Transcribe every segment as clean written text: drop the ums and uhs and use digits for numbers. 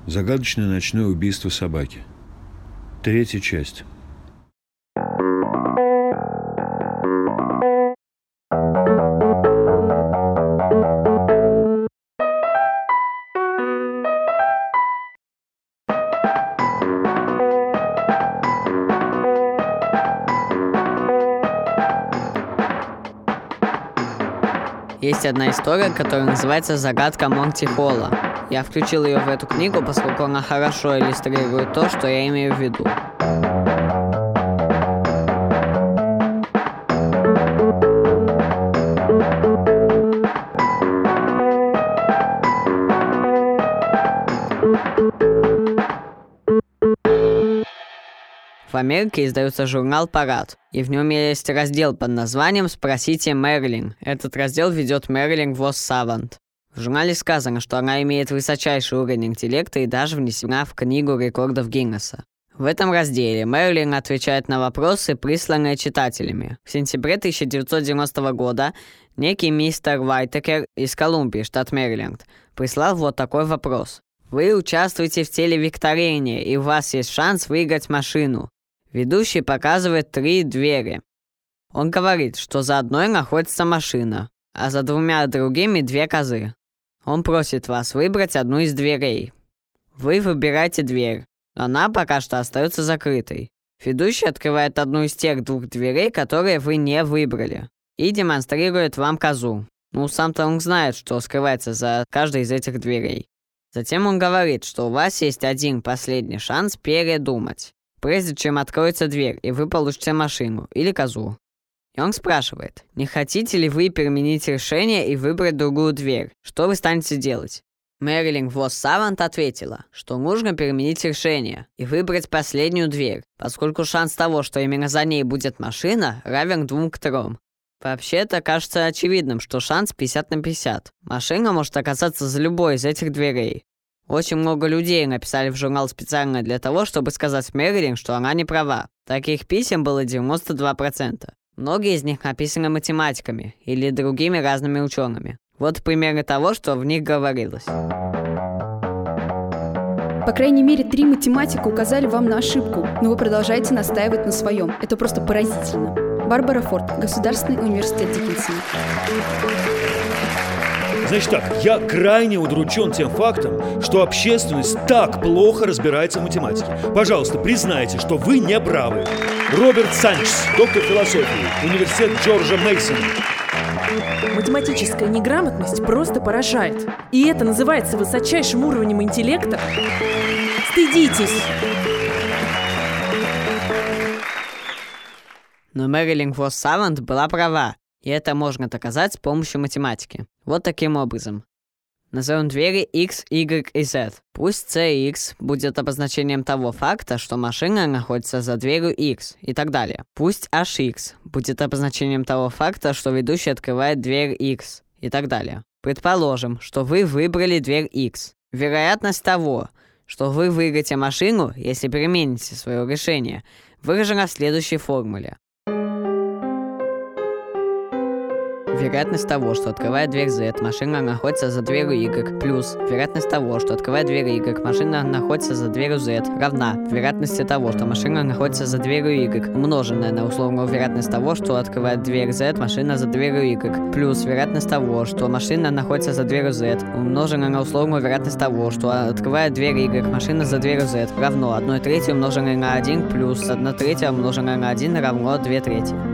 Загадочное ночное убийство собаки. 3-я часть. Есть одна история, которая называется «Загадка Монти Холла». Я включил ее в эту книгу, поскольку она хорошо иллюстрирует то, что я имею в виду. В Америке издается журнал «Парад», и в нем есть раздел под названием «Спросите Мэрилин». Этот раздел ведет Мэрилин Вос-Савант. В журнале сказано, что она имеет высочайший уровень интеллекта и даже внесена в книгу рекордов Гиннесса. В этом разделе Мэрилин отвечает на вопросы, присланные читателями. В сентябре 1990 года некий мистер Уайтекер из Колумбии, штат Мэриленд, прислал вот такой вопрос. Вы участвуете в телевикторине, и у вас есть шанс выиграть машину. Ведущий показывает 3 двери. Он говорит, что за одной находится машина, а за 2 другими 2 козы. Он просит вас выбрать одну из дверей. Вы выбираете дверь. Она пока что остается закрытой. Ведущий открывает одну из тех 2 дверей, которые вы не выбрали, и демонстрирует вам козу. Сам-то он знает, что скрывается за каждой из этих дверей. Затем он говорит, что у вас есть один последний шанс передумать, прежде чем откроется дверь, и вы получите машину или козу. И он спрашивает, не хотите ли вы переменить решение и выбрать другую дверь? Что вы станете делать? Мэрилин Вос-Савант ответила, что нужно переменить решение и выбрать последнюю дверь, поскольку шанс того, что именно за ней будет машина, равен 2 к 3. Вообще-то кажется очевидным, что шанс 50 на 50. Машина может оказаться за любой из этих дверей. Очень много людей написали в журнал специально для того, чтобы сказать Мэрилин, что она не права. Таких писем было 92%. Многие из них написаны математиками или другими разными учеными. Вот примеры того, что в них говорилось. По крайней мере, 3 математика указали вам на ошибку, но вы продолжаете настаивать на своем. Это просто поразительно. Барбара Форд, Государственный университет Диккенсона. Значит так, я крайне удручен тем фактом, что общественность так плохо разбирается в математике. Пожалуйста, признайте, что вы не правы. Роберт Санчес, доктор философии, университет Джорджа Мейсона. Математическая неграмотность просто поражает. И это называется высочайшим уровнем интеллекта? Стыдитесь! Но Мэрилин Вос-Савант была права, и это можно доказать с помощью математики. Вот таким образом. Назовем двери X, Y и Z. Пусть CX будет обозначением того факта, что машина находится за дверью X и так далее. Пусть HX будет обозначением того факта, что ведущий открывает дверь X и так далее. Предположим, что вы выбрали дверь X. Вероятность того, что вы выиграете машину, если перемените свое решение, выражена в следующей формуле. Вероятность того, что открывает дверь Z, машина находится за дверью Y, плюс вероятность того, что открывает дверь Y, машина находится за дверью Z, равна вероятности того, что машина находится за дверью Y, умноженная на условную вероятность того, что открывает дверь Z, машина за дверью Y, плюс вероятность того, что машина находится за дверью Z, умноженная на условную вероятность того, что открывает дверь Y, машина за дверью Z, равно 1/3 умноженное на 1, плюс 1/3 умноженное на 1 равно 2/3.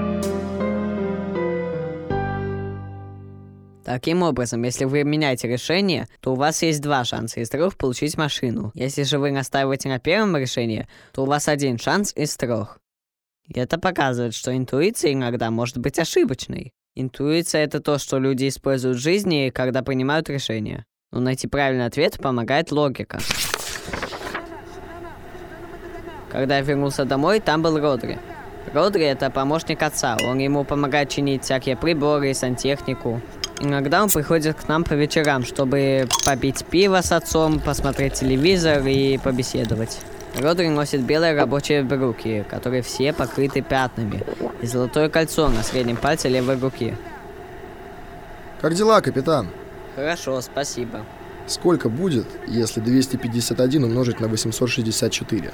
Таким образом, если вы меняете решение, то у вас есть 2 шанса из 3 получить машину. Если же вы настаиваете на первом решении, то у вас 1 шанс из 3. И это показывает, что интуиция иногда может быть ошибочной. Интуиция — это то, что люди используют в жизни, когда принимают решения. Но найти правильный ответ помогает логика. Когда я вернулся домой, там был Родри. Родри — это помощник отца. Он ему помогает чинить всякие приборы и сантехнику. Иногда он приходит к нам по вечерам, чтобы попить пиво с отцом, посмотреть телевизор и побеседовать. Родри носит белые рабочие брюки, которые все покрыты пятнами, и золотое кольцо на среднем пальце левой руки. Как дела, капитан? Хорошо, спасибо. Сколько будет, если 251 умножить на 864?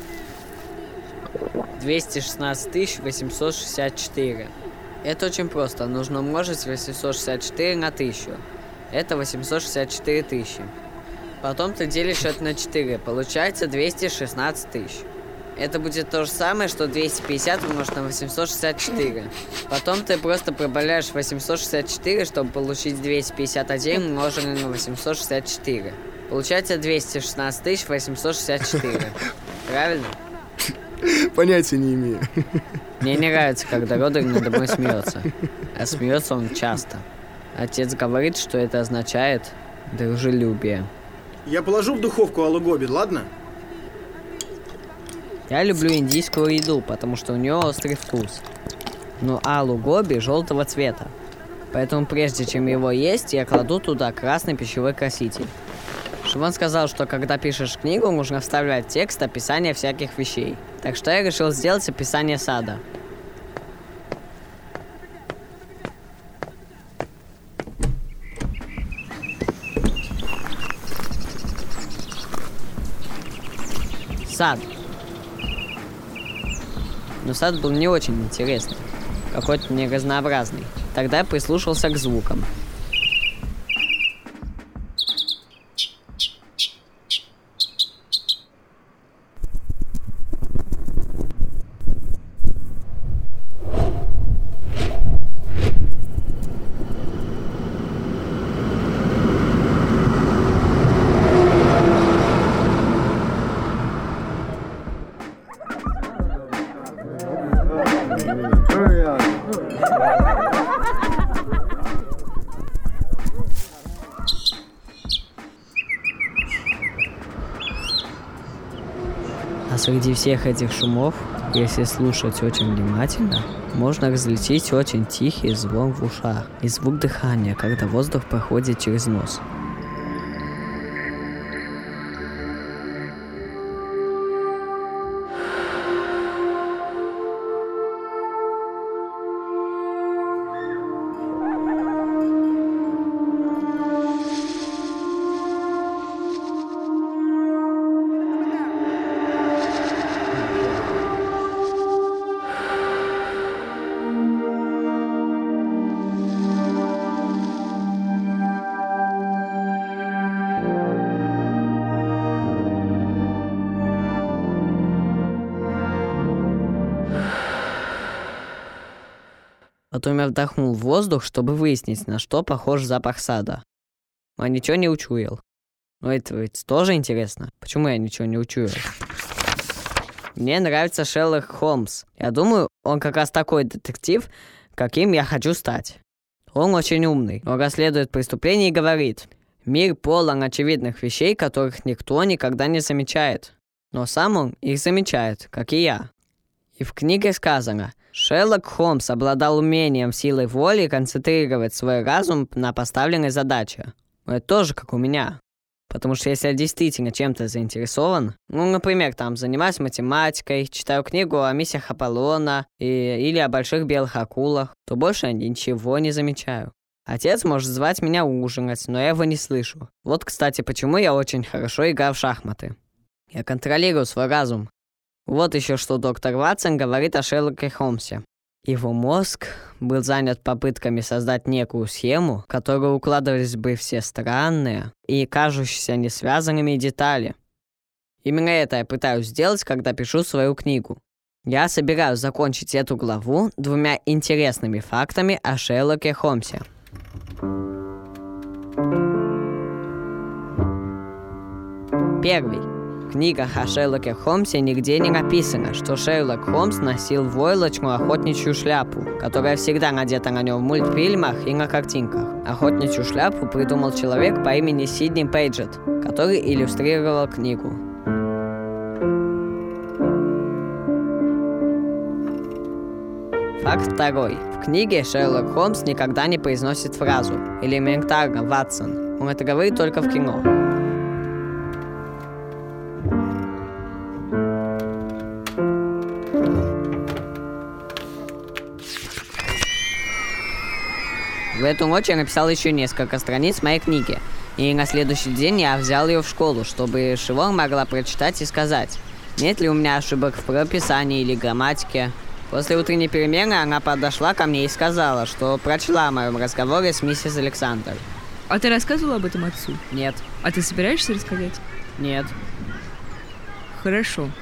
216 864. Это очень просто. Нужно умножить 864 на 1000. Это 864 тысячи. Потом ты делишь это на 4. Получается 216 тысяч. Это будет то же самое, что 250 умножить на 864. Потом ты просто прибавляешь 864, чтобы получить 251 умноженное на 864. Получается 216 864. Правильно? Понятия не имею. Мне не нравится, когда Родер надо мной смеется. А смеется он часто. Отец говорит, что это означает дружелюбие. Я положу в духовку алу-гоби, ладно? Я люблю индийскую еду, потому что у нее острый вкус. Но алу-гоби желтого цвета. Поэтому прежде чем его есть, я кладу туда красный пищевой краситель. Шимон сказал, что когда пишешь книгу, нужно вставлять текст описания всяких вещей. Так что я решил сделать описание сада. Сад. Но сад был не очень интересный, какой-то неразнообразный. Тогда я прислушался к звукам. А среди всех этих шумов, если слушать очень внимательно, можно различить очень тихий звон в ушах и звук дыхания, когда воздух проходит через нос. Потом я вдохнул в воздух, чтобы выяснить, на что похож запах сада. Но я ничего не учуял. Но это ведь тоже интересно. Почему я ничего не учуял? Мне нравится Шерлок Холмс. Я думаю, он как раз такой детектив, каким я хочу стать. Он очень умный. Он расследует преступления и говорит: мир полон очевидных вещей, которых никто никогда не замечает. Но сам он их замечает, как и я. И в книге сказано: Шерлок Холмс обладал умением силой воли концентрировать свой разум на поставленной задаче. Но это тоже как у меня. Потому что если я действительно чем-то заинтересован, например, занимаюсь математикой, читаю книгу о миссиях Аполлона или о больших белых акулах, то больше я ничего не замечаю. Отец может звать меня ужинать, но я его не слышу. Вот, кстати, почему я очень хорошо играю в шахматы. Я контролирую свой разум. Вот еще что доктор Ватсон говорит о Шерлоке Холмсе. Его мозг был занят попытками создать некую схему, в которую укладывались бы все странные и кажущиеся несвязанными детали. Именно это я пытаюсь сделать, когда пишу свою книгу. Я собираюсь закончить эту главу 2 интересными фактами о Шерлоке Холмсе. Первый. В книгах о Шерлоке Холмсе нигде не написано, что Шерлок Холмс носил войлочную охотничью шляпу, которая всегда надета на нем в мультфильмах и на картинках. Охотничью шляпу придумал человек по имени Сидни Пейджет, который иллюстрировал книгу. Факт второй. В книге Шерлок Холмс никогда не произносит фразу «элементарно, Ватсон». Он это говорит только в кино. В эту ночь я написал еще несколько страниц моей книги. И на следующий день я взял ее в школу, чтобы Шивон могла прочитать и сказать, нет ли у меня ошибок в правописании или грамматике. После утренней перемены она подошла ко мне и сказала, что прочла о моем разговоре с миссис Александр. А ты рассказывала об этом отцу? Нет. А ты собираешься рассказать? Нет. Хорошо.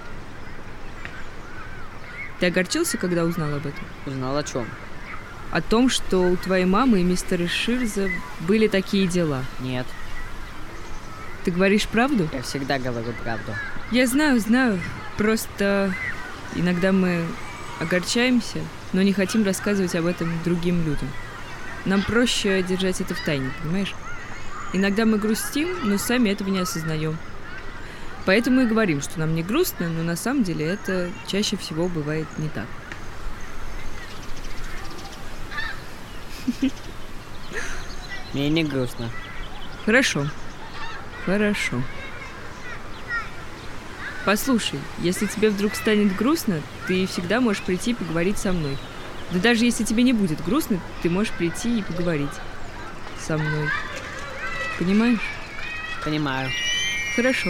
Ты огорчился, когда узнал об этом? Узнал о чем? О том, что у твоей мамы и мистера Ширза были такие дела. Нет. Ты говоришь правду? Я всегда говорю правду. Я знаю. Просто иногда мы огорчаемся, но не хотим рассказывать об этом другим людям. Нам проще держать это в тайне, понимаешь? Иногда мы грустим, но сами этого не осознаем. Поэтому и говорим, что нам не грустно, но на самом деле это чаще всего бывает не так. Мне не грустно. Хорошо. Послушай, если тебе вдруг станет грустно, ты всегда можешь прийти и поговорить со мной. Да даже если тебе не будет грустно, ты можешь прийти и поговорить со мной. Понимаешь? Понимаю. Хорошо.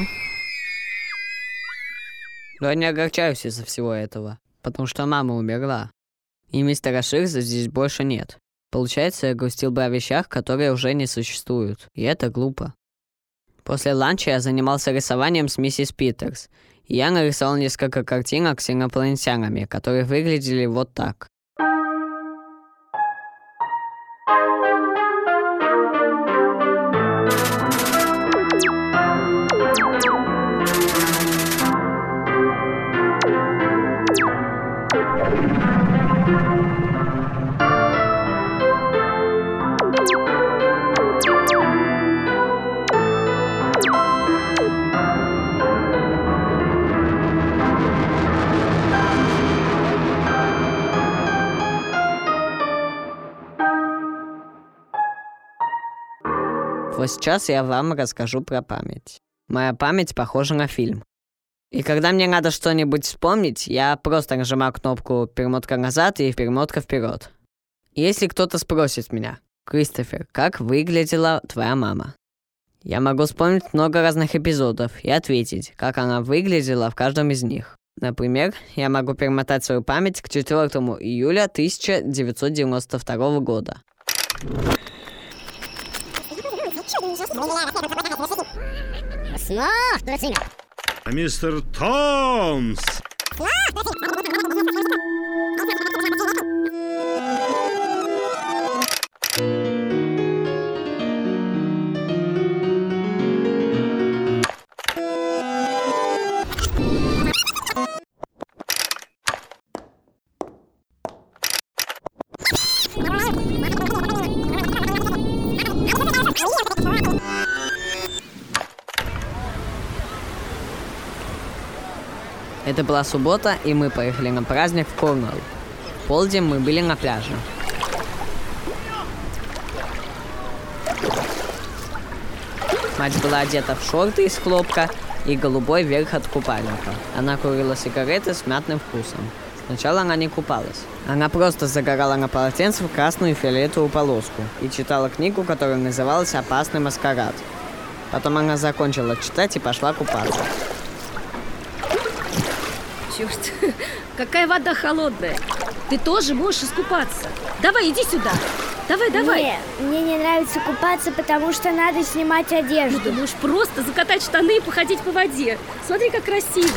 Но я не огорчаюсь из-за всего этого, потому что мама умерла. И мистера Ширза здесь больше нет. Получается, я грустил бы о вещах, которые уже не существуют. И это глупо. После ланча я занимался рисованием с миссис Питерс. И я нарисовал несколько картинок с инопланетянами, которые выглядели вот так. Вот сейчас я вам расскажу про память. Моя память похожа на фильм. И когда мне надо что-нибудь вспомнить, я просто нажимаю кнопку «Перемотка назад» и «Перемотка вперед». Если кто-то спросит меня: «Кристофер, как выглядела твоя мама?» Я могу вспомнить много разных эпизодов и ответить, как она выглядела в каждом из них. Например, я могу перемотать свою память к 4 июля 1992 года. Мистер Томс! Это была суббота, и мы поехали на праздник в Корнуолл. В полдень мы были на пляже. Мать была одета в шорты из хлопка и голубой верх от купальника. Она курила сигареты с мятным вкусом. Сначала она не купалась. Она просто загорала на полотенце в красную и фиолетовую полоску и читала книгу, которая называлась «Опасный маскарад». Потом она закончила читать и пошла купаться. Черт, какая вода холодная. Ты тоже можешь искупаться. Давай, иди сюда. Давай. Нет, мне не нравится купаться, потому что надо снимать одежду. Ты можешь просто закатать штаны и походить по воде. Смотри, как красиво.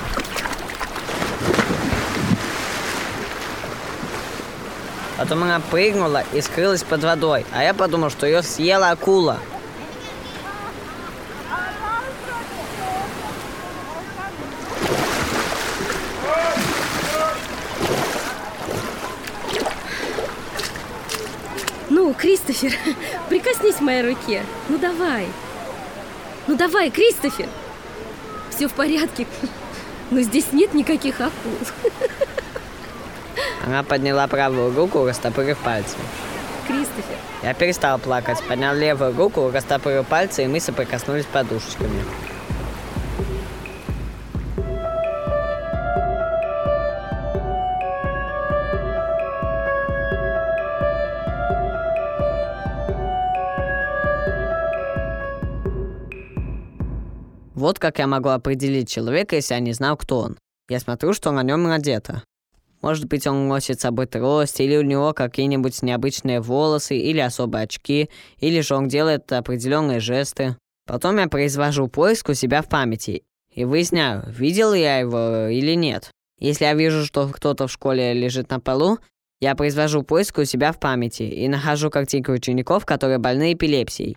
Потом она прыгнула и скрылась под водой, а я подумал, что ее съела акула. Ну, Кристофер, прикоснись к моей руке. Ну, давай, Кристофер. Все в порядке. Но здесь нет никаких акул. Она подняла правую руку, растопырив пальцы. Кристофер. Я перестал плакать, поднял левую руку, растопырил пальцы, и мы соприкоснулись подушечками. Вот как я могу определить человека, если я не знал, кто он. Я смотрю, что на нем надето. Может быть, он носит с собой трость, или у него какие-нибудь необычные волосы, или особые очки, или же он делает определенные жесты. Потом я произвожу поиск у себя в памяти и выясняю, видел я его или нет. Если я вижу, что кто-то в школе лежит на полу, я произвожу поиск у себя в памяти и нахожу картинки учеников, которые больны эпилепсией.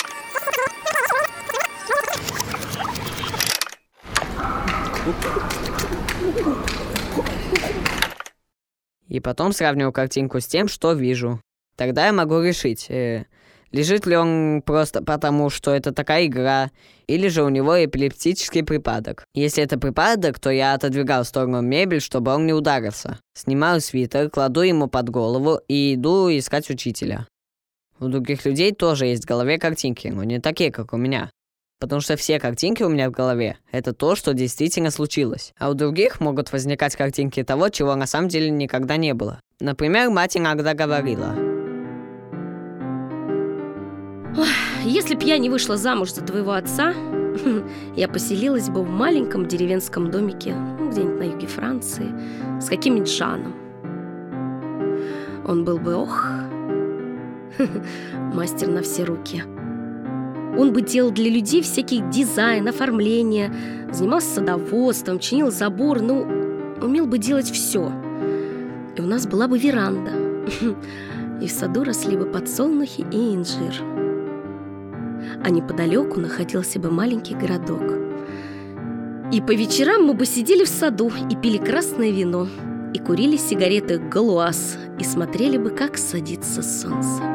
И потом сравниваю картинку с тем, что вижу. Тогда я могу решить, лежит ли он просто потому, что это такая игра, или же у него эпилептический припадок. Если это припадок, то я отодвигаю в сторону мебель, чтобы он не ударился. Снимаю свитер, кладу ему под голову и иду искать учителя. У других людей тоже есть в голове картинки, но не такие, как у меня. Потому что все картинки у меня в голове – это то, что действительно случилось. А у других могут возникать картинки того, чего на самом деле никогда не было. Например, мать иногда говорила: если б я не вышла замуж за твоего отца, я поселилась бы в маленьком деревенском домике, где-нибудь на юге Франции, с каким-нибудь Жаном. Он был бы, мастер на все руки. Он бы делал для людей всякий дизайн, оформление, занимался садоводством, чинил забор, умел бы делать все. И у нас была бы веранда. И в саду росли бы подсолнухи и инжир. А неподалеку находился бы маленький городок. И по вечерам мы бы сидели в саду и пили красное вино, и курили сигареты «Галуаз», и смотрели бы, как садится солнце.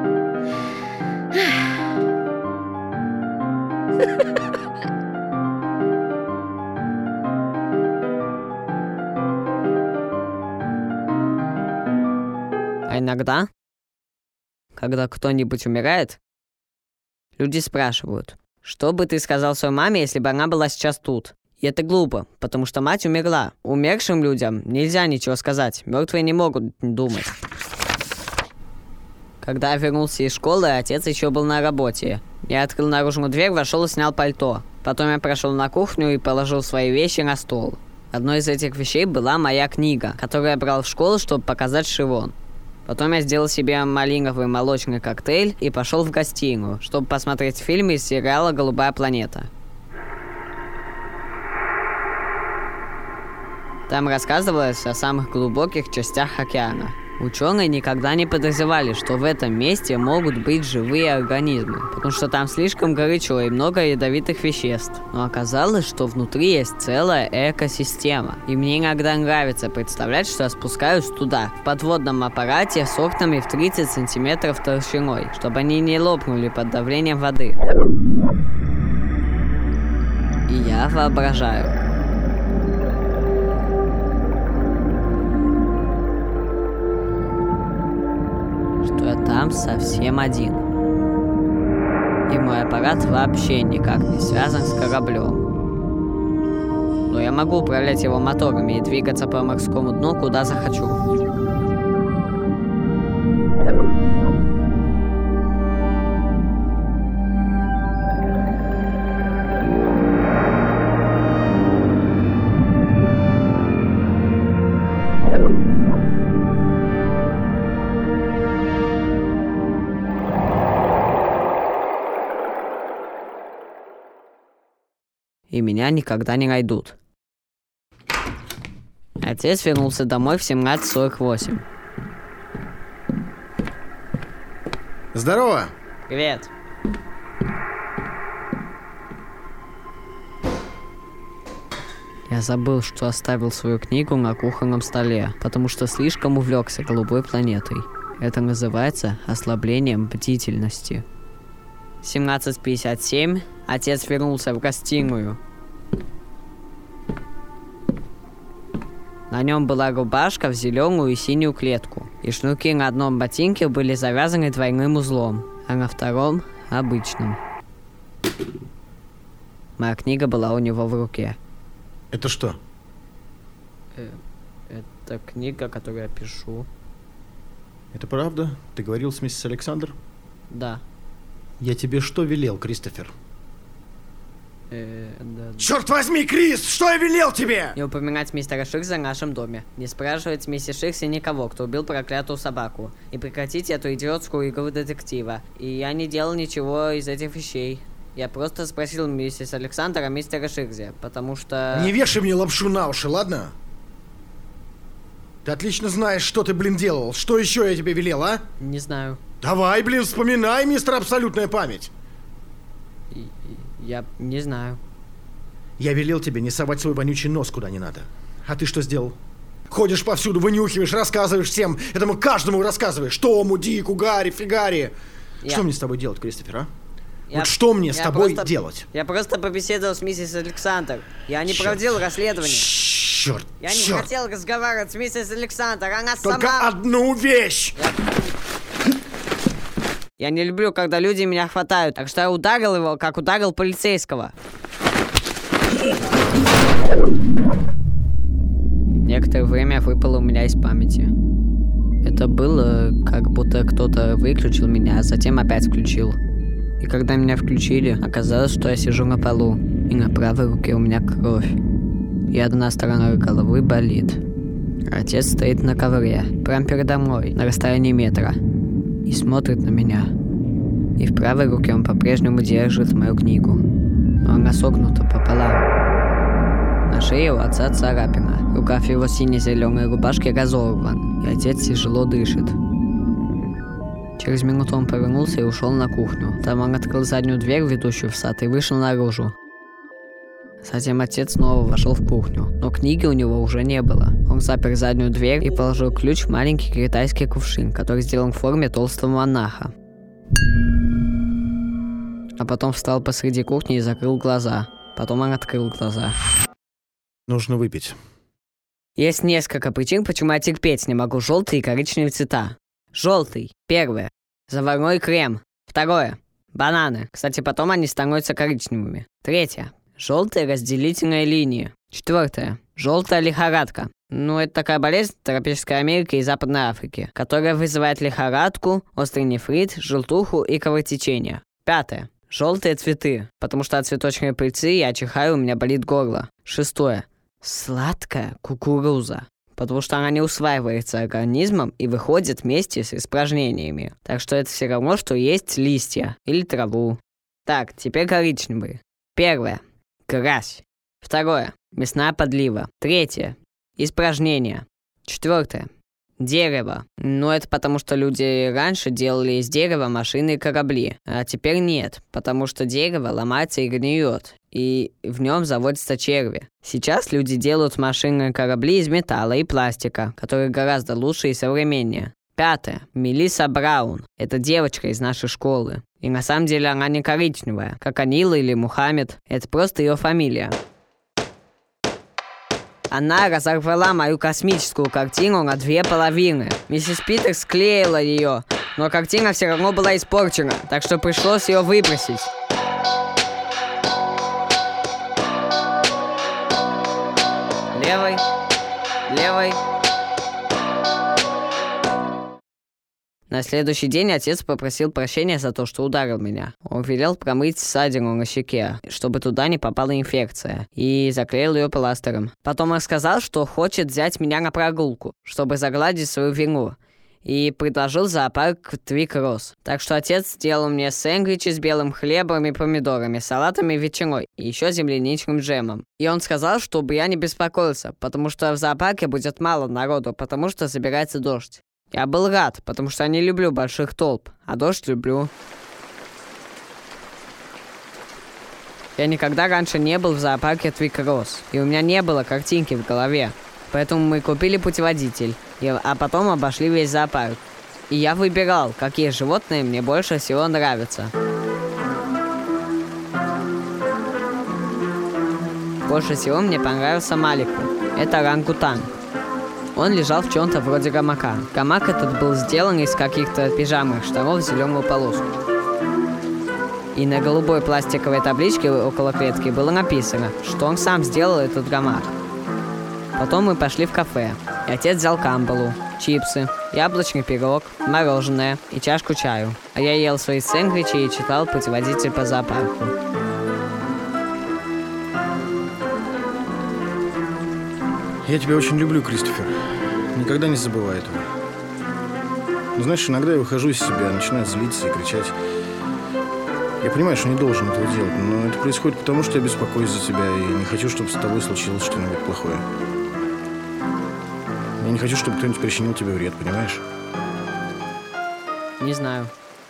А иногда, когда кто-нибудь умирает, люди спрашивают: что бы ты сказал своей маме, если бы она была сейчас тут? И это глупо, потому что мать умерла. Умершим людям нельзя ничего сказать, мертвые не могут думать. Когда я вернулся из школы, отец еще был на работе. Я открыл наружную дверь, вошел и снял пальто. Потом я прошел на кухню и положил свои вещи на стол. Одной из этих вещей была моя книга, которую я брал в школу, чтобы показать Шивон. Потом я сделал себе малиновый молочный коктейль и пошел в гостиную, чтобы посмотреть фильм из сериала «Голубая планета». Там рассказывалось о самых глубоких частях океана. Ученые никогда не подозревали, что в этом месте могут быть живые организмы, потому что там слишком горячо и много ядовитых веществ. Но оказалось, что внутри есть целая экосистема. И мне иногда нравится представлять, что я спускаюсь туда, в подводном аппарате с окнами в 30 сантиметров толщиной, чтобы они не лопнули под давлением воды. И я воображаю. Что я там совсем один. И мой аппарат вообще никак не связан с кораблем. Но я могу управлять его моторами и двигаться по морскому дну, куда захочу. И меня никогда не найдут. Отец вернулся домой в 17:48. Здорово! Привет. Я забыл, что оставил свою книгу на кухонном столе, потому что слишком увлекся голубой планетой. Это называется ослаблением бдительности. 17:57. Отец вернулся в гостиную. На нем была рубашка в зеленую и синюю клетку, и шнурки на одном ботинке были завязаны двойным узлом, а на втором — обычным. Моя книга была у него в руке. Это что? Это книга, которую я пишу. Это правда? Ты говорил с миссис Александр? Да. Я тебе что велел, Кристофер? Черт возьми, Крис, что я велел тебе? Не упоминать мистера Ширкса в нашем доме. Не спрашивать миссис Ширкс никого, кто убил проклятую собаку. И прекратить эту идиотскую игру детектива. И я не делал ничего из этих вещей. Я просто спросил миссис Александра о мистере Ширксе, потому что... Не вешай мне лапшу на уши, ладно? Ты отлично знаешь, что ты, делал. Что еще я тебе велел, а? Не знаю. Давай, вспоминай, мистер Абсолютная память. Я не знаю. Я велел тебе не совать свой вонючий нос куда не надо. А ты что сделал? Ходишь повсюду, вынюхиваешь, рассказываешь всем. Этому каждому рассказываешь. Тому, Дику, Гарри, Фигари. Что мне с тобой делать, Кристофер, а? Вот что мне с тобой делать? Я просто побеседовал с миссис Александр. Я не проводил расследование. Черт, Я не хотел разговаривать с миссис Александр. Она только сама... одну вещь! Я не люблю, когда люди меня хватают, так что я ударил его, как ударил полицейского. Некоторое время выпало у меня из памяти. Это было, как будто кто-то выключил меня, а затем опять включил. И когда меня включили, оказалось, что я сижу на полу, и на правой руке у меня кровь. И одна сторона головы болит. Отец стоит на ковре, прямо передо мной, на расстоянии метра, и смотрит на меня. И в правой руке он по-прежнему держит мою книгу, но она согнута пополам. На шее у отца царапина, рукав его сине-зеленой рубашки разорван, и отец тяжело дышит. Через минуту он повернулся и ушел на кухню. Там он открыл заднюю дверь, ведущую в сад, и вышел наружу. Затем отец снова вошел в кухню, но книги у него уже не было. Он запер заднюю дверь и положил ключ в маленький китайский кувшин, который сделан в форме толстого монаха. А потом встал посреди кухни и закрыл глаза. Потом он открыл глаза. Нужно выпить. Есть несколько причин, почему я терпеть не могу желтые и коричневые цвета. Желтый. Первое. Заварной крем. Второе. Бананы. Кстати, потом они становятся коричневыми. Третье. Желтые разделительные линии. Четвертое. Желтая лихорадка. Это такая болезнь в тропической Америке и Западной Африке, которая вызывает лихорадку, острый нефрит, желтуху и кровотечение. Пятое. Желтые цветы, потому что от цветочной пыльцы я чихаю, у меня болит горло. Шестое. Сладкая кукуруза, потому что она не усваивается организмом и выходит вместе с испражнениями. Так что это все равно, что есть листья или траву. Так, теперь коричневые. Первое. Грязь. Второе. Мясная подлива. Третье. Испражнения. Четвертое. Дерево. Это потому, что люди раньше делали из дерева машины и корабли, а теперь нет, потому что дерево ломается и гниет, и в нем заводятся черви. Сейчас люди делают машины и корабли из металла и пластика, которые гораздо лучше и современнее. Пятое. Мелисса Браун. Это девочка из нашей школы. И на самом деле она не коричневая, как Анила или Мухаммед. Это просто ее фамилия. Она разорвала мою космическую картину на 2 половины. Миссис Питерс склеила ее, но картина все равно была испорчена, так что пришлось ее выбросить. Левой. Левой. На следующий день отец попросил прощения за то, что ударил меня. Он велел промыть ссадину на щеке, чтобы туда не попала инфекция, и заклеил ее пластырем. Потом он сказал, что хочет взять меня на прогулку, чтобы загладить свою вину, и предложил зоопарк Твик-Росс. Так что отец сделал мне сэндвичи с белым хлебом и помидорами, салатами и ветчиной, и еще земляничным джемом. И он сказал, чтобы я не беспокоился, потому что в зоопарке будет мало народу, потому что собирается дождь. Я был рад, потому что я не люблю больших толп, а дождь люблю. Я никогда раньше не был в зоопарке Твик-Росс, и у меня не было картинки в голове. Поэтому мы купили путеводитель, а потом обошли весь зоопарк. И я выбирал, какие животные мне больше всего нравятся. Больше всего мне понравился Малику. Это орангутанг. Он лежал в чем-то вроде гамака. Гамак этот был сделан из каких-то пижамных штанов в зеленую полоску. И на голубой пластиковой табличке около клетки было написано, что он сам сделал этот гамак. Потом мы пошли в кафе, и отец взял камбалу, чипсы, яблочный пирог, мороженое и чашку чаю. А я ел свои сэндвичи и читал путеводитель по зоопарку. Я тебя очень люблю, Кристофер. Никогда не забывай этого. Но, знаешь, иногда я выхожу из себя, начинаю злиться и кричать. Я понимаю, что не должен этого делать, но это происходит потому, что я беспокоюсь за тебя и не хочу, чтобы с тобой случилось что-нибудь плохое. Я не хочу, чтобы кто-нибудь причинил тебе вред, понимаешь? Не знаю.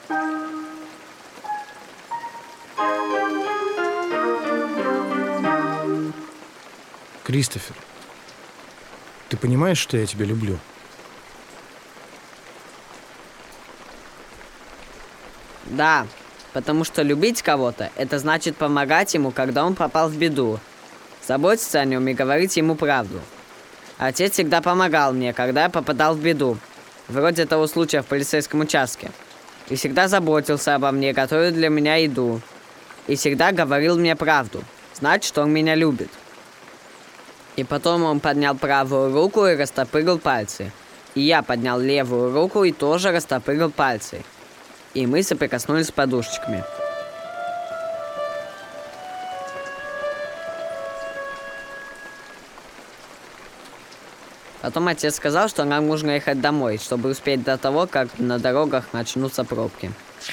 Кристофер, ты понимаешь, что я тебя люблю? Да, потому что любить кого-то – это значит помогать ему, когда он попал в беду, заботиться о нем и говорить ему правду. Отец всегда помогал мне, когда я попадал в беду, вроде того случая в полицейском участке. И всегда заботился обо мне, готовил для меня еду. И всегда говорил мне правду. Значит, что он меня любит. И потом он поднял правую руку и растопырил пальцы. И я поднял левую руку и тоже растопырил пальцы. И мы соприкоснулись с подушечками. Потом отец сказал, что нам нужно ехать домой, чтобы успеть до того, как на дорогах начнутся пробки.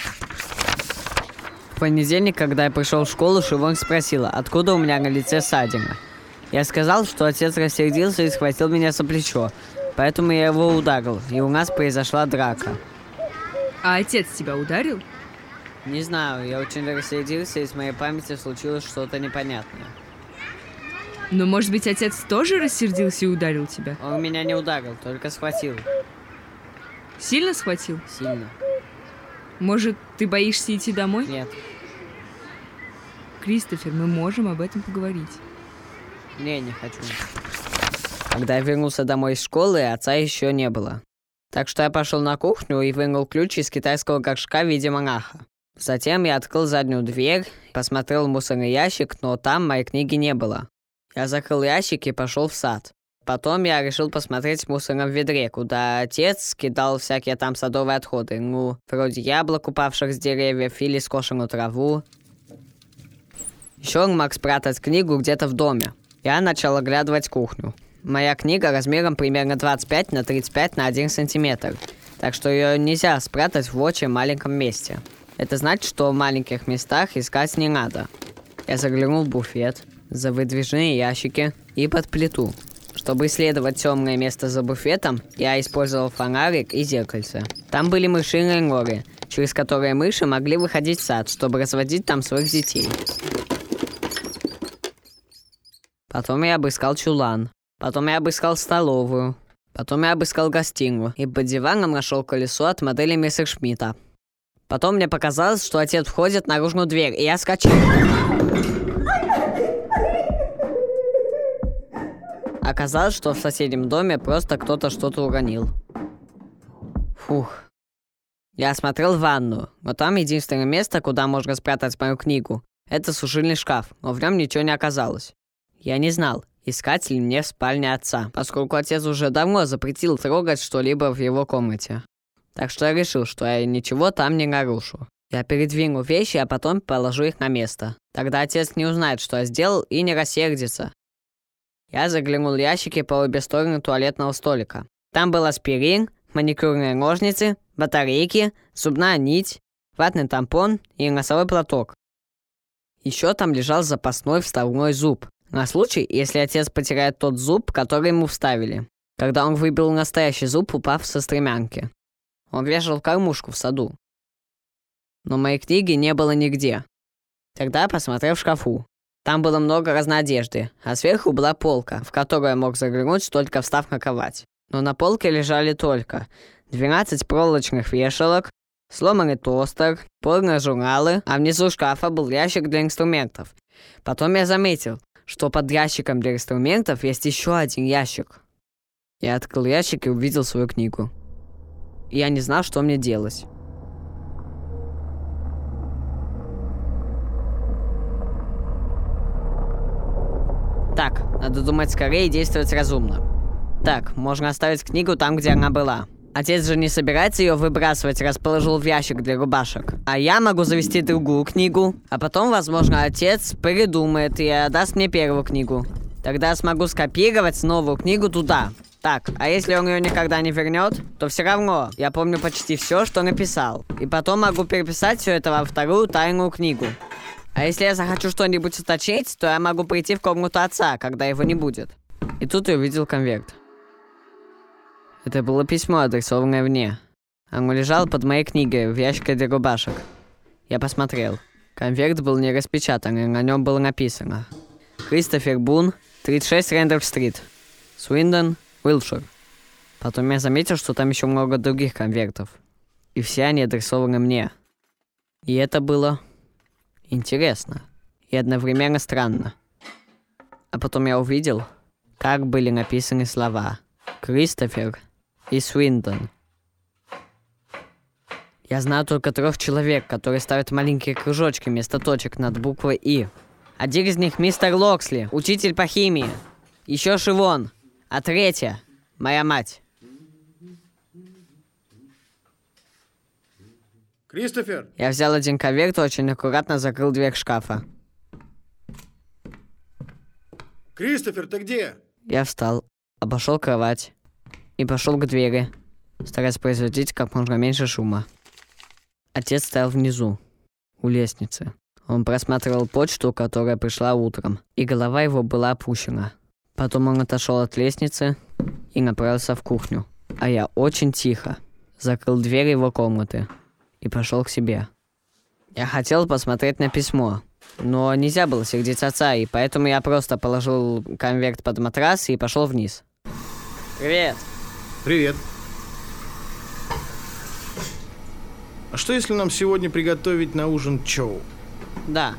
В понедельник, когда я пришел в школу, Шивон спросила, откуда у меня на лице ссадина. Я сказал, что отец рассердился и схватил меня за плечо, поэтому я его ударил, и у нас произошла драка. А отец тебя ударил? Не знаю, я очень рассердился, и с моей памяти случилось что-то непонятное. Но, может быть, отец тоже рассердился и ударил тебя? Он меня не ударил, только схватил. Сильно схватил? Сильно. Может, ты боишься идти домой? Нет. Кристофер, мы можем об этом поговорить. Не хочу. Когда я вернулся домой из школы, отца еще не было. Так что я пошел на кухню и вынул ключ из китайского горшка в виде монаха. Затем я открыл заднюю дверь, посмотрел в мусорный ящик, но там моей книги не было. Я закрыл ящик и пошел в сад. Потом я решил посмотреть в мусорном ведре, куда отец кидал всякие там садовые отходы. Вроде яблок, упавших с деревьев, или скошенную траву. Еще он мог спрятать книгу где-то в доме. Я начал оглядывать кухню. Моя книга размером примерно 25 на 35 на 1 сантиметр. Так что ее нельзя спрятать в очень маленьком месте. Это значит, что в маленьких местах искать не надо. Я заглянул в буфет, за выдвижные ящики и под плиту. Чтобы исследовать темное место за буфетом, я использовал фонарик и зеркальце. Там были мышиные норы, через которые мыши могли выходить в сад, чтобы разводить там своих детей. Потом я обыскал чулан. Потом я обыскал столовую. Потом я обыскал гостиную. И под диваном нашел колесо от модели Мессершмитта. Потом мне показалось, что отец входит в наружную дверь, и я вскочил. Оказалось, что в соседнем доме просто кто-то что-то уронил. Фух. Я осмотрел ванную, но там единственное место, куда можно спрятать мою книгу, это сушильный шкаф, но в нем ничего не оказалось. Я не знал, искать ли мне в спальне отца, поскольку отец уже давно запретил трогать что-либо в его комнате. Так что я решил, что я ничего там не нарушу. Я передвину вещи, а потом положу их на место. Тогда отец не узнает, что я сделал, и не рассердится. Я заглянул в ящики по обе стороны туалетного столика. Там был аспирин, маникюрные ножницы, батарейки, зубная нить, ватный тампон и носовой платок. Еще там лежал запасной вставной зуб, на случай, если отец потеряет тот зуб, который ему вставили, когда он выбил настоящий зуб, упав со стремянки. Он вешал кормушку в саду. Но моей книги не было нигде. Тогда я посмотрел в шкафу. Там было много разной одежды, а сверху была полка, в которую я мог заглянуть, только встав на кровать. Но на полке лежали только 12 проволочных вешалок, сломанный тостер, порные журналы, а внизу шкафа был ящик для инструментов. Потом я заметил, что под ящиком для инструментов есть еще один ящик. Я открыл ящик и увидел свою книгу. И я не знал, что мне делать. Так, надо думать скорее и действовать разумно. Так, можно оставить книгу там, где она была. Отец же не собирается ее выбрасывать, раз положил в ящик для рубашек. А я могу завести другую книгу, а потом, возможно, отец передумает и отдаст мне первую книгу. Тогда я смогу скопировать новую книгу туда. Так, а если он ее никогда не вернет, то все равно я помню почти все, что написал. И потом могу переписать все это во вторую тайную книгу. А если я захочу что-нибудь уточнить, то я могу прийти в комнату отца, когда его не будет. И тут я увидел конверт. Это было письмо, адресованное мне. Оно лежало под моей книгой в ящике для рубашек. Я посмотрел. Конверт был не распечатан, и на нем было написано: Кристофер Бун, 36 Рэндольф-стрит, Суиндон, Уилтшир. Потом я заметил, что там еще много других конвертов. И все они адресованы мне. И это было интересно и одновременно странно. А потом я увидел, как были написаны слова «Кристофер» и «Суиндон». Я знаю только 3 человек, которые ставят маленькие кружочки вместо точек над буквой «И». Один из них мистер Локсли, учитель по химии. Еще Шивон. А 3 — моя мать. Кристофер! Я взял один конверт и очень аккуратно закрыл дверь шкафа. Кристофер, ты где? Я встал, обошел кровать и пошел к двери, стараясь производить как можно меньше шума. Отец стоял внизу, у лестницы. Он просматривал почту, которая пришла утром, и голова его была опущена. Потом он отошел от лестницы и направился в кухню. А я очень тихо закрыл дверь его комнаты и пошел к себе. Я хотел посмотреть на письмо, но нельзя было сердить отца, и поэтому я просто положил конверт под матрас и пошел вниз. Привет. Привет. А что, если нам сегодня приготовить на ужин чоу? Да.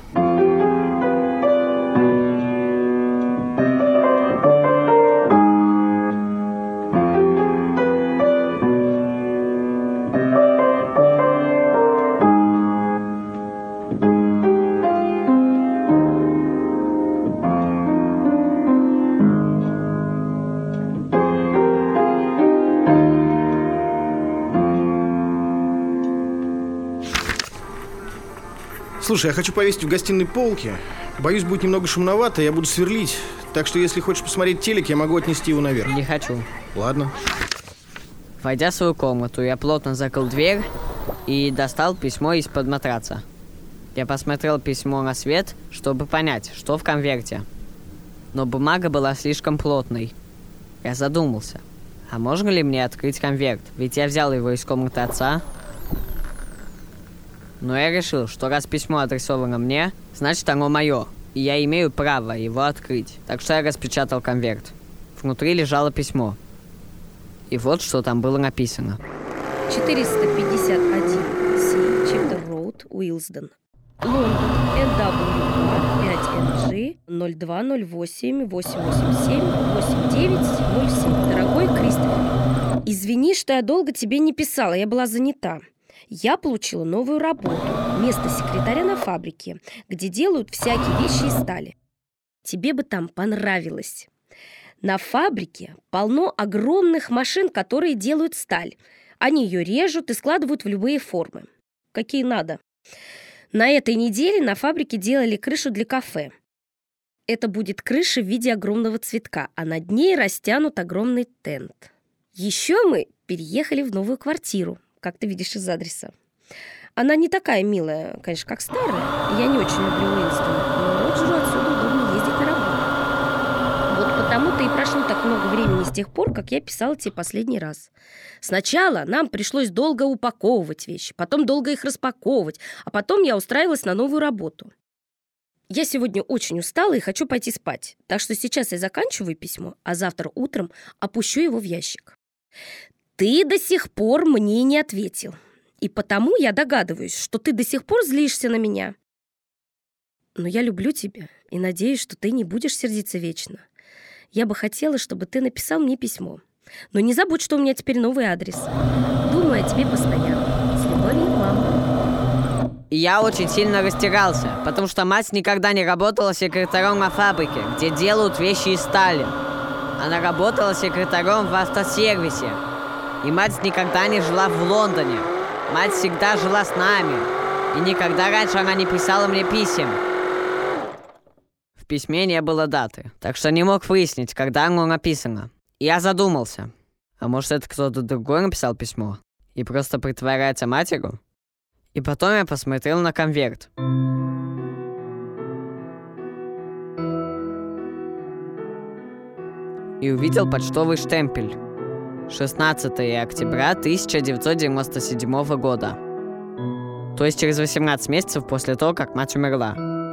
Слушай, я хочу повесить в гостиной полки. Боюсь, будет немного шумновато, я буду сверлить. Так что, если хочешь посмотреть телек, я могу отнести его наверх. Не хочу. Ладно. Войдя в свою комнату, я плотно закрыл дверь и достал письмо из-под матраца. Я посмотрел письмо на свет, чтобы понять, что в конверте. Но бумага была слишком плотной. Я задумался, а можно ли мне открыть конверт? Ведь я взял его из комнаты отца. Но я решил, что раз письмо адресовано мне, значит оно мое, и я имею право его открыть. Так что я распечатал конверт. Внутри лежало письмо. И вот что там было написано. 451 C, Чептер Роуд, Уилсдон. Лондон, NW 5NG 0208 887 8907. Дорогой Кристофер, извини, что я долго тебе не писала, я была занята. Я получила новую работу, место секретаря на фабрике, где делают всякие вещи из стали. Тебе бы там понравилось. На фабрике полно огромных машин, которые делают сталь. Они ее режут и складывают в любые формы, какие надо. На этой неделе на фабрике делали крышу для кафе. Это будет крыша в виде огромного цветка, а над ней растянут огромный тент. Еще мы переехали в новую квартиру, как ты видишь из адреса. Она не такая милая, конечно, как старая. Я не очень люблю Уилстон, но Роджеру отсюда удобно ездить на работу. Вот потому-то и прошло так много времени с тех пор, как я писала тебе последний раз. Сначала нам пришлось долго упаковывать вещи, потом долго их распаковывать, а потом я устраивалась на новую работу. Я сегодня очень устала и хочу пойти спать, так что сейчас я заканчиваю письмо, а завтра утром опущу его в ящик. Ты до сих пор мне не ответил. И потому я догадываюсь, что ты до сих пор злишься на меня. Но я люблю тебя и надеюсь, что ты не будешь сердиться вечно. Я бы хотела, чтобы ты написал мне письмо. Но не забудь, что у меня теперь новый адрес. Думаю о тебе постоянно. С любовью, мама. Я очень сильно растерялся, потому что мать никогда не работала секретарем на фабрике, где делают вещи из стали. Она работала секретарем в автосервисе. И мать никогда не жила в Лондоне. Мать всегда жила с нами. И никогда раньше она не писала мне писем. В В письме не было даты, так что не мог выяснить, когда оно написано. Я задумался. А может, это кто-то другой написал письмо и просто притворяется матерью? И потом я посмотрел на конверт. И увидел почтовый штемпель. 16 октября 1997 года. То есть через 18 месяцев после того, как мать умерла.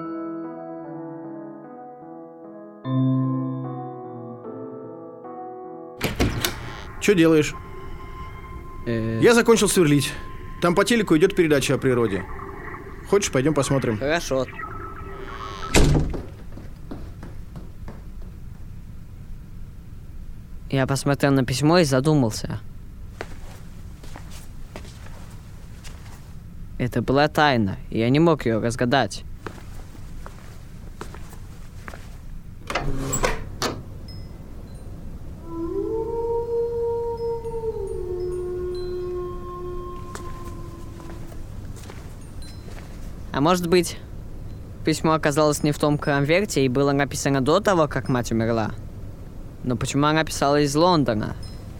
Что делаешь? Я закончил сверлить. Там по телеку идет передача о природе. Хочешь, пойдем посмотрим? Хорошо. Я посмотрел на письмо и задумался. Это была тайна, и я не мог ее разгадать. А может быть, письмо оказалось не в том конверте и было написано до того, как мать умерла? Но почему она писала из Лондона?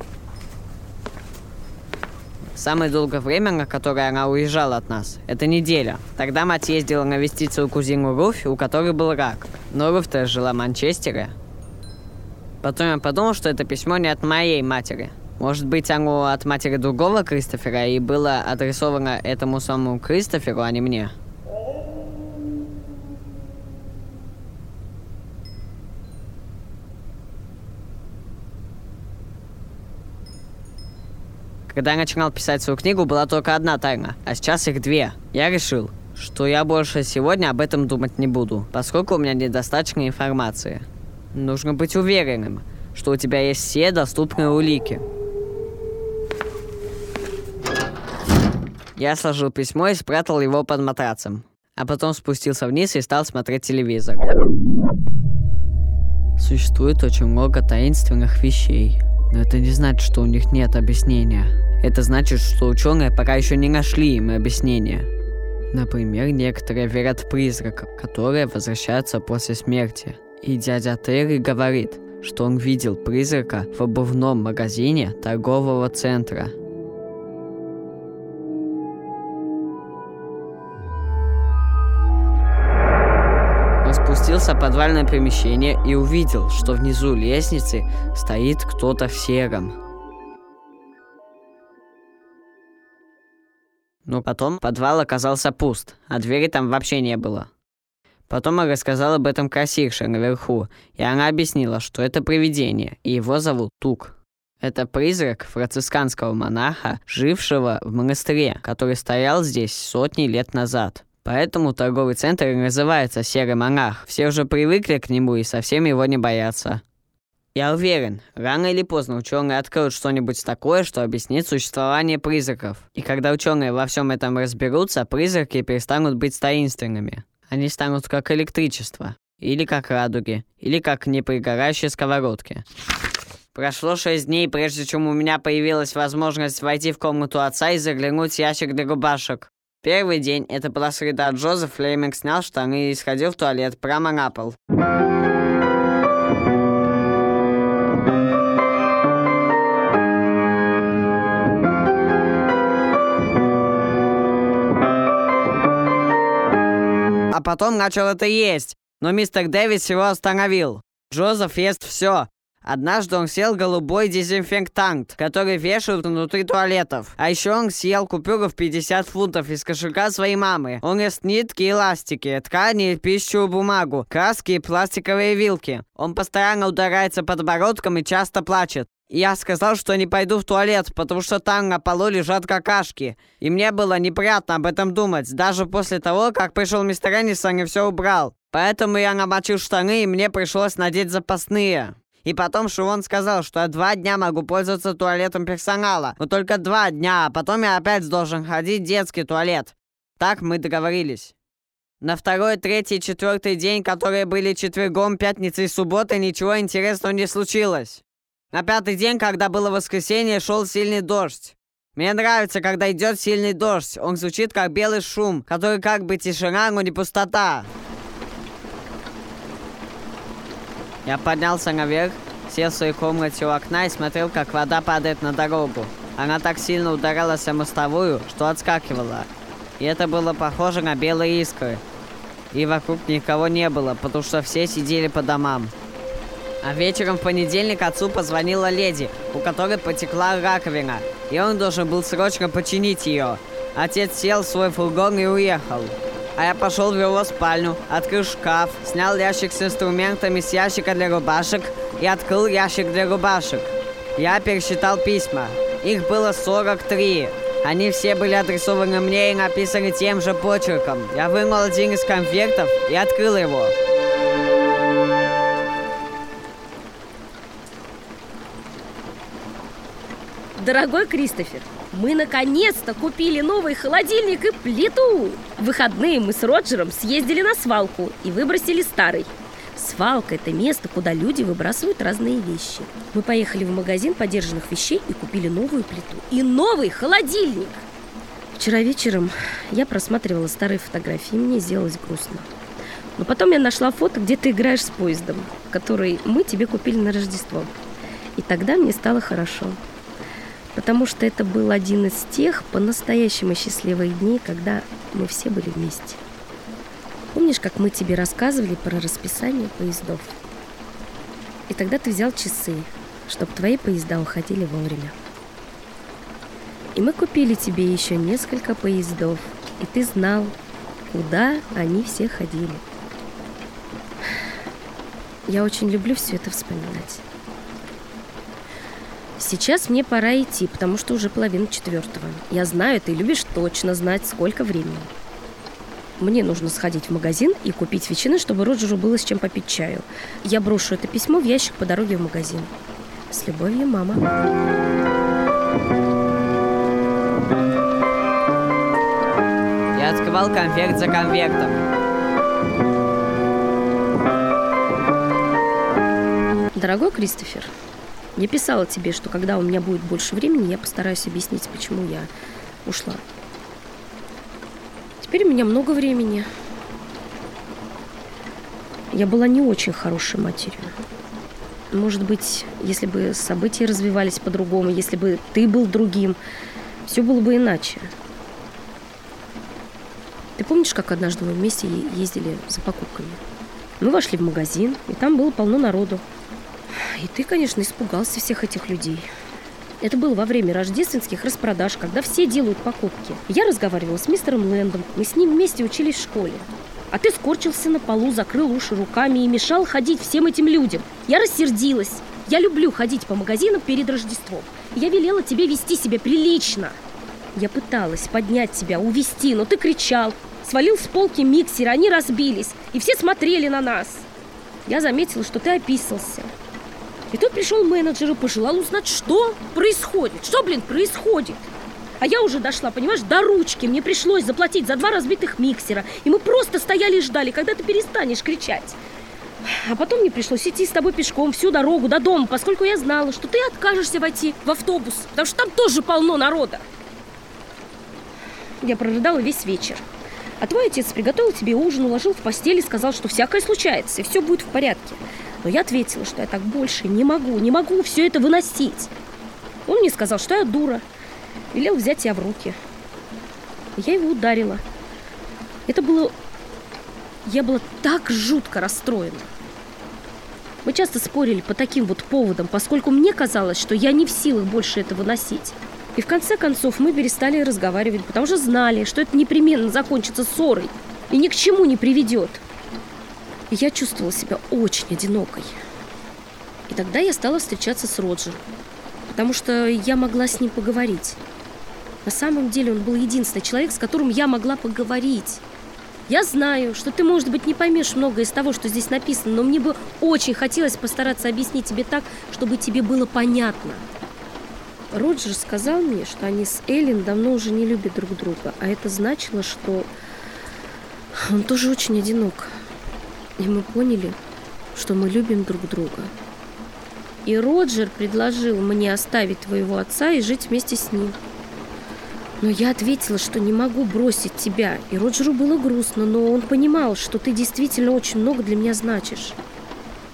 Самое долгое время, на которое она уезжала от нас, это неделя. Тогда мать ездила навестить свою кузину Руфь, у которой был рак. Но Руфь-то жила в Манчестере. Потом я подумал, что это письмо не от моей матери. Может быть, оно от матери другого Кристофера и было адресовано этому самому Кристоферу, а не мне. Когда я начинал писать свою книгу, была только одна тайна, а сейчас их две. Я решил, что я больше сегодня об этом думать не буду, поскольку у меня недостаточно информации. Нужно быть уверенным, что у тебя есть все доступные улики. Я сложил письмо и спрятал его под матрацем, а потом спустился вниз и стал смотреть телевизор. Существует очень много таинственных вещей, но это не значит, что у них нет объяснения. Это значит, что ученые пока еще не нашли им объяснения. Например, некоторые верят в призраков, которые возвращаются после смерти. И дядя Терри говорит, что он видел призрака в обувном магазине торгового центра. Он спустился в подвальное помещение и увидел, что внизу лестницы стоит кто-то в сером. Но потом подвал оказался пуст, а двери там вообще не было. Потом я рассказал об этом кассирше наверху, и она объяснила, что это привидение, и его зовут Тук. Это призрак францисканского монаха, жившего в монастыре, который стоял здесь сотни лет назад. Поэтому торговый центр и называется «Серый монах». Все уже привыкли к нему и совсем его не боятся. Я уверен, рано или поздно ученые откроют что-нибудь такое, что объяснит существование призраков. И когда ученые во всем этом разберутся, призраки перестанут быть таинственными. Они станут как электричество, или как радуги, или как непригорающие сковородки. Прошло 6 дней, прежде чем у меня появилась возможность войти в комнату отца и заглянуть в ящик для рубашек. Первый день, это была среда, Джозеф Флеминг снял штаны и сходил в туалет прямо на пол. А потом начал это есть, но мистер Дэвис его остановил. Джозеф ест все. Однажды он съел голубой дезинфектант, который вешают внутри туалетов. А еще он съел купюру в 50 фунтов из кошелька своей мамы. Он ест нитки и ластики, ткани и пищевую бумагу, краски и пластиковые вилки. Он постоянно ударяется подбородком и часто плачет. Я сказал, что не пойду в туалет, потому что там на полу лежат какашки. И мне было неприятно об этом думать, даже после того, как пришел мистер Эннисон и все убрал. Поэтому я намочил штаны, и мне пришлось надеть запасные. И потом Шивон сказал, что я 2 дня могу пользоваться туалетом персонала. Но только 2 дня, а потом я опять должен ходить в детский туалет. Так мы договорились. На 2-й, 3-й и 4-й день, которые были четвергом, пятницей и субботой, ничего интересного не случилось. На 5-й день, когда было воскресенье, шел сильный дождь. Мне нравится, когда идет сильный дождь. Он звучит как белый шум, который как бы тишина, но не пустота. Я поднялся наверх, сел в своей комнате у окна и смотрел, как вода падает на дорогу. Она так сильно ударялась о мостовую, что отскакивала. И это было похоже на белые искры. И вокруг никого не было, потому что все сидели по домам. А вечером в понедельник отцу позвонила леди, у которой потекла раковина, и он должен был срочно починить ее. Отец сел в свой фургон и уехал. А я пошел в его спальню, открыл шкаф, снял ящик с инструментами с ящика для рубашек и открыл ящик для рубашек. Я пересчитал письма. Их было 43. Они все были адресованы мне и написаны тем же почерком. Я вынул один из конвертов и открыл его. Дорогой Кристофер, мы наконец-то купили новый холодильник и плиту. В выходные мы с Роджером съездили на свалку и выбросили старый. Свалка – это место, куда люди выбрасывают разные вещи. Мы поехали в магазин подержанных вещей и купили новую плиту и новый холодильник. Вчера вечером я просматривала старые фотографии, и мне сделалось грустно. Но потом я нашла фото, где ты играешь с поездом, который мы тебе купили на Рождество. И тогда мне стало хорошо. Потому что это был один из тех по-настоящему счастливых дней, когда мы все были вместе. Помнишь, как мы тебе рассказывали про расписание поездов? И тогда ты взял часы, чтобы твои поезда уходили вовремя. И мы купили тебе еще несколько поездов, и ты знал, куда они все ходили. Я очень люблю все это вспоминать. Сейчас мне пора идти, потому что уже 3:30. Я знаю, ты любишь точно знать, сколько времени. Мне нужно сходить в магазин и купить ветчины, чтобы Роджеру было с чем попить чаю. Я брошу это письмо в ящик по дороге в магазин. С любовью, мама. Я открывал конверт за конвертом. Дорогой Кристофер, я писала тебе, что когда у меня будет больше времени, я постараюсь объяснить, почему я ушла. Теперь у меня много времени. Я была не очень хорошей матерью. Может быть, если бы события развивались по-другому, если бы ты был другим, все было бы иначе. Ты помнишь, как однажды мы вместе ездили за покупками? Мы вошли в магазин, и там было полно народу. И ты, конечно, испугался всех этих людей. Это было во время рождественских распродаж, когда все делают покупки. Я разговаривала с мистером Лэндом. Мы с ним вместе учились в школе. А ты скорчился на полу, закрыл уши руками и мешал ходить всем этим людям. Я рассердилась. Я люблю ходить по магазинам перед Рождеством. Я велела тебе вести себя прилично. Я пыталась поднять тебя, увести, но ты кричал. Свалил с полки миксер, они разбились. И все смотрели на нас. Я заметила, что ты описался. И тут пришел менеджер и пожелал узнать, что происходит. Что, происходит? А я уже дошла, понимаешь, до ручки. Мне пришлось заплатить за 2 разбитых миксера. И мы просто стояли и ждали, когда ты перестанешь кричать. А потом мне пришлось идти с тобой пешком всю дорогу до дома, поскольку я знала, что ты откажешься войти в автобус, потому что там тоже полно народа. Я прорыдала весь вечер. А твой отец приготовил тебе ужин, уложил в постель и сказал, что всякое случается, и все будет в порядке. Но я ответила, что я так больше не могу все это выносить. Он мне сказал, что я дура. Велел взять тебя в руки. Я его ударила. Я была так жутко расстроена. Мы часто спорили по таким вот поводам, поскольку мне казалось, что я не в силах больше это выносить. И в конце концов мы перестали разговаривать, потому что знали, что это непременно закончится ссорой и ни к чему не приведет. И я чувствовала себя очень одинокой. И тогда я стала встречаться с Роджером, потому что я могла с ним поговорить. На самом деле он был единственный человек, с которым я могла поговорить. Я знаю, что ты, может быть, не поймешь многое из того, что здесь написано, но мне бы очень хотелось постараться объяснить тебе так, чтобы тебе было понятно. Роджер сказал мне, что они с Эллен давно уже не любят друг друга, а это значило, что он тоже очень одинок. И мы поняли, что мы любим друг друга. И Роджер предложил мне оставить твоего отца и жить вместе с ним. Но я ответила, что не могу бросить тебя. И Роджеру было грустно, но он понимал, что ты действительно очень много для меня значишь.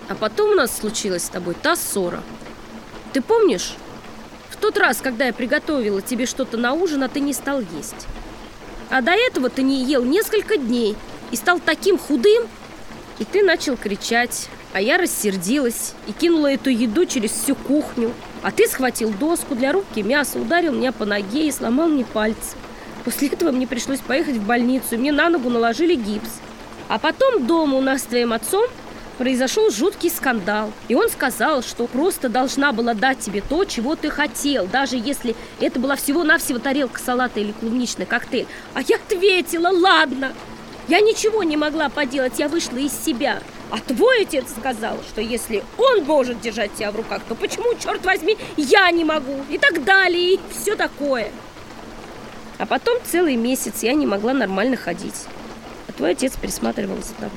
А потом у нас случилась с тобой та ссора. Ты помнишь? В тот раз, когда я приготовила тебе что-то на ужин, а ты не стал есть. А до этого ты не ел несколько дней и стал таким худым, и ты начал кричать. А я рассердилась и кинула эту еду через всю кухню. А ты схватил доску для рубки мяса, ударил меня по ноге и сломал мне пальцы. После этого мне пришлось поехать в больницу, и мне на ногу наложили гипс. А потом дома у нас с твоим отцом произошел жуткий скандал. И он сказал, что просто должна была дать тебе то, чего ты хотел, даже если это была всего-навсего тарелка салата или клубничный коктейль. А я ответила: ладно. Я ничего не могла поделать, я вышла из себя. А твой отец сказал, что если он может держать тебя в руках, то почему, черт возьми, я не могу? И так далее, и все такое. А потом целый месяц я не могла нормально ходить. А твой отец присматривал за тобой.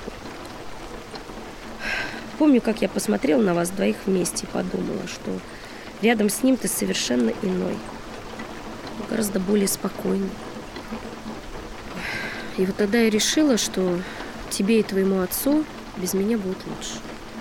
Помню, как я посмотрела на вас двоих вместе и подумала, что рядом с ним ты совершенно иной. Гораздо более спокойный. И вот тогда я решила, что тебе и твоему отцу без меня будет лучше.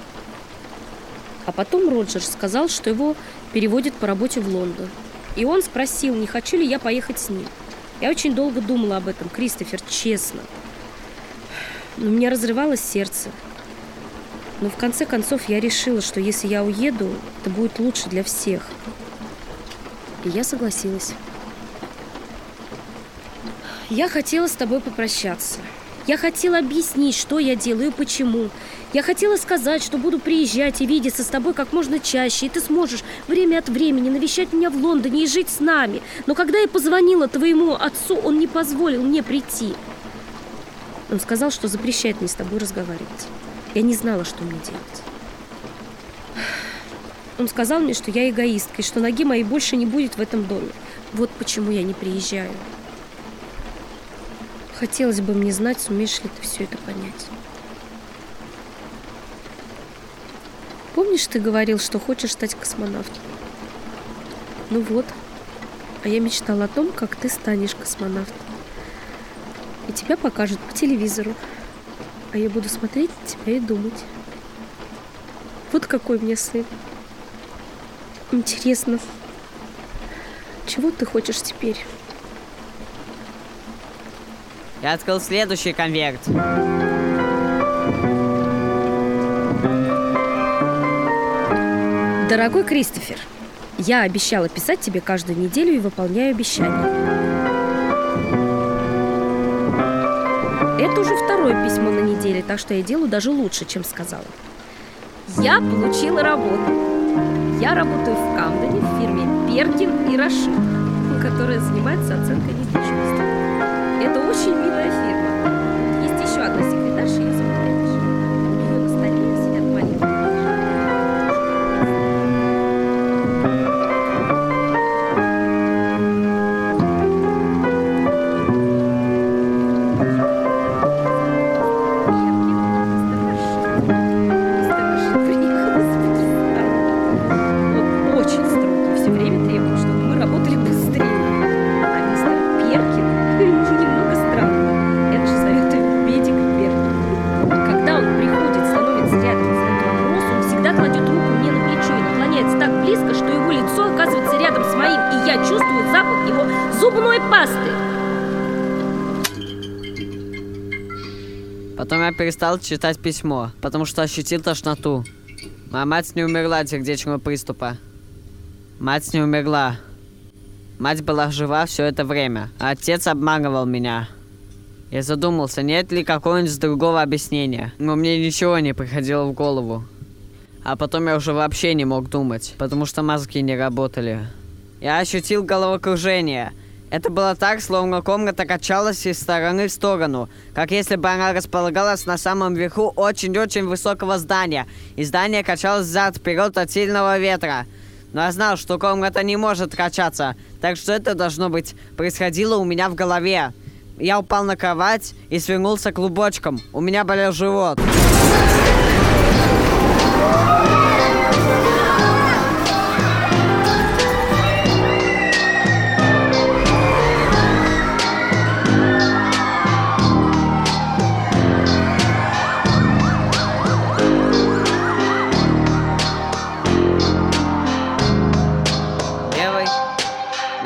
А потом Роджер сказал, что его переводят по работе в Лондон. И он спросил, не хочу ли я поехать с ним. Я очень долго думала об этом, Кристофер, честно. Но у меня разрывалось сердце. Но в конце концов я решила, что если я уеду, это будет лучше для всех. И я согласилась. Я хотела с тобой попрощаться. Я хотела объяснить, что я делаю и почему. Я хотела сказать, что буду приезжать и видеться с тобой как можно чаще, и ты сможешь время от времени навещать меня в Лондоне и жить с нами. Но когда я позвонила твоему отцу, он не позволил мне прийти. Он сказал, что запрещает мне с тобой разговаривать. Я не знала, что мне делать. Он сказал мне, что я эгоистка, и что ноги моей больше не будет в этом доме. Вот почему я не приезжаю. Хотелось бы мне знать, сумеешь ли ты все это понять. Помнишь, ты говорил, что хочешь стать космонавтом? Ну вот. А я мечтала о том, как ты станешь космонавтом. И тебя покажут по телевизору. А я буду смотреть на тебя и думать. Вот какой мне сын. Интересно, чего ты хочешь теперь? Я открыл следующий конверт. Дорогой Кристофер, я обещала писать тебе каждую неделю и выполняю обещание. Это уже второе письмо на неделе, так что я делаю даже лучше, чем сказала. Я получила работу. Я работаю в Камдене в фирме Перкин и Рашид, которая занимается оценкой недвижимости. Это очень милая фирма. Есть еще одна секретарша, ее зовут Эдж. У нее на столе сидят маленькие. Потом я перестал читать письмо, потому что ощутил тошноту. Моя мать не умерла от сердечного приступа. Мать не умерла. Мать была жива все это время, а отец обманывал меня. Я задумался, нет ли какого-нибудь другого объяснения, но мне ничего не приходило в голову. А потом я уже вообще не мог думать, потому что мозги не работали. Я ощутил головокружение. Это было так, словно комната качалась из стороны в сторону, как если бы она располагалась на самом верху очень-очень высокого здания, и здание качалось взад-вперед от сильного ветра. Но я знал, что комната не может качаться, так что это, должно быть, происходило у меня в голове. Я упал на кровать и свернулся клубочком. У меня болел живот.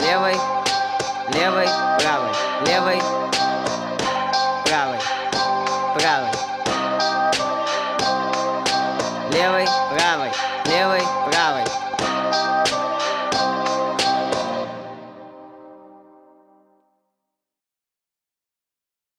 левой, левой, правой, левой, правой, правой, левой, правой, левой,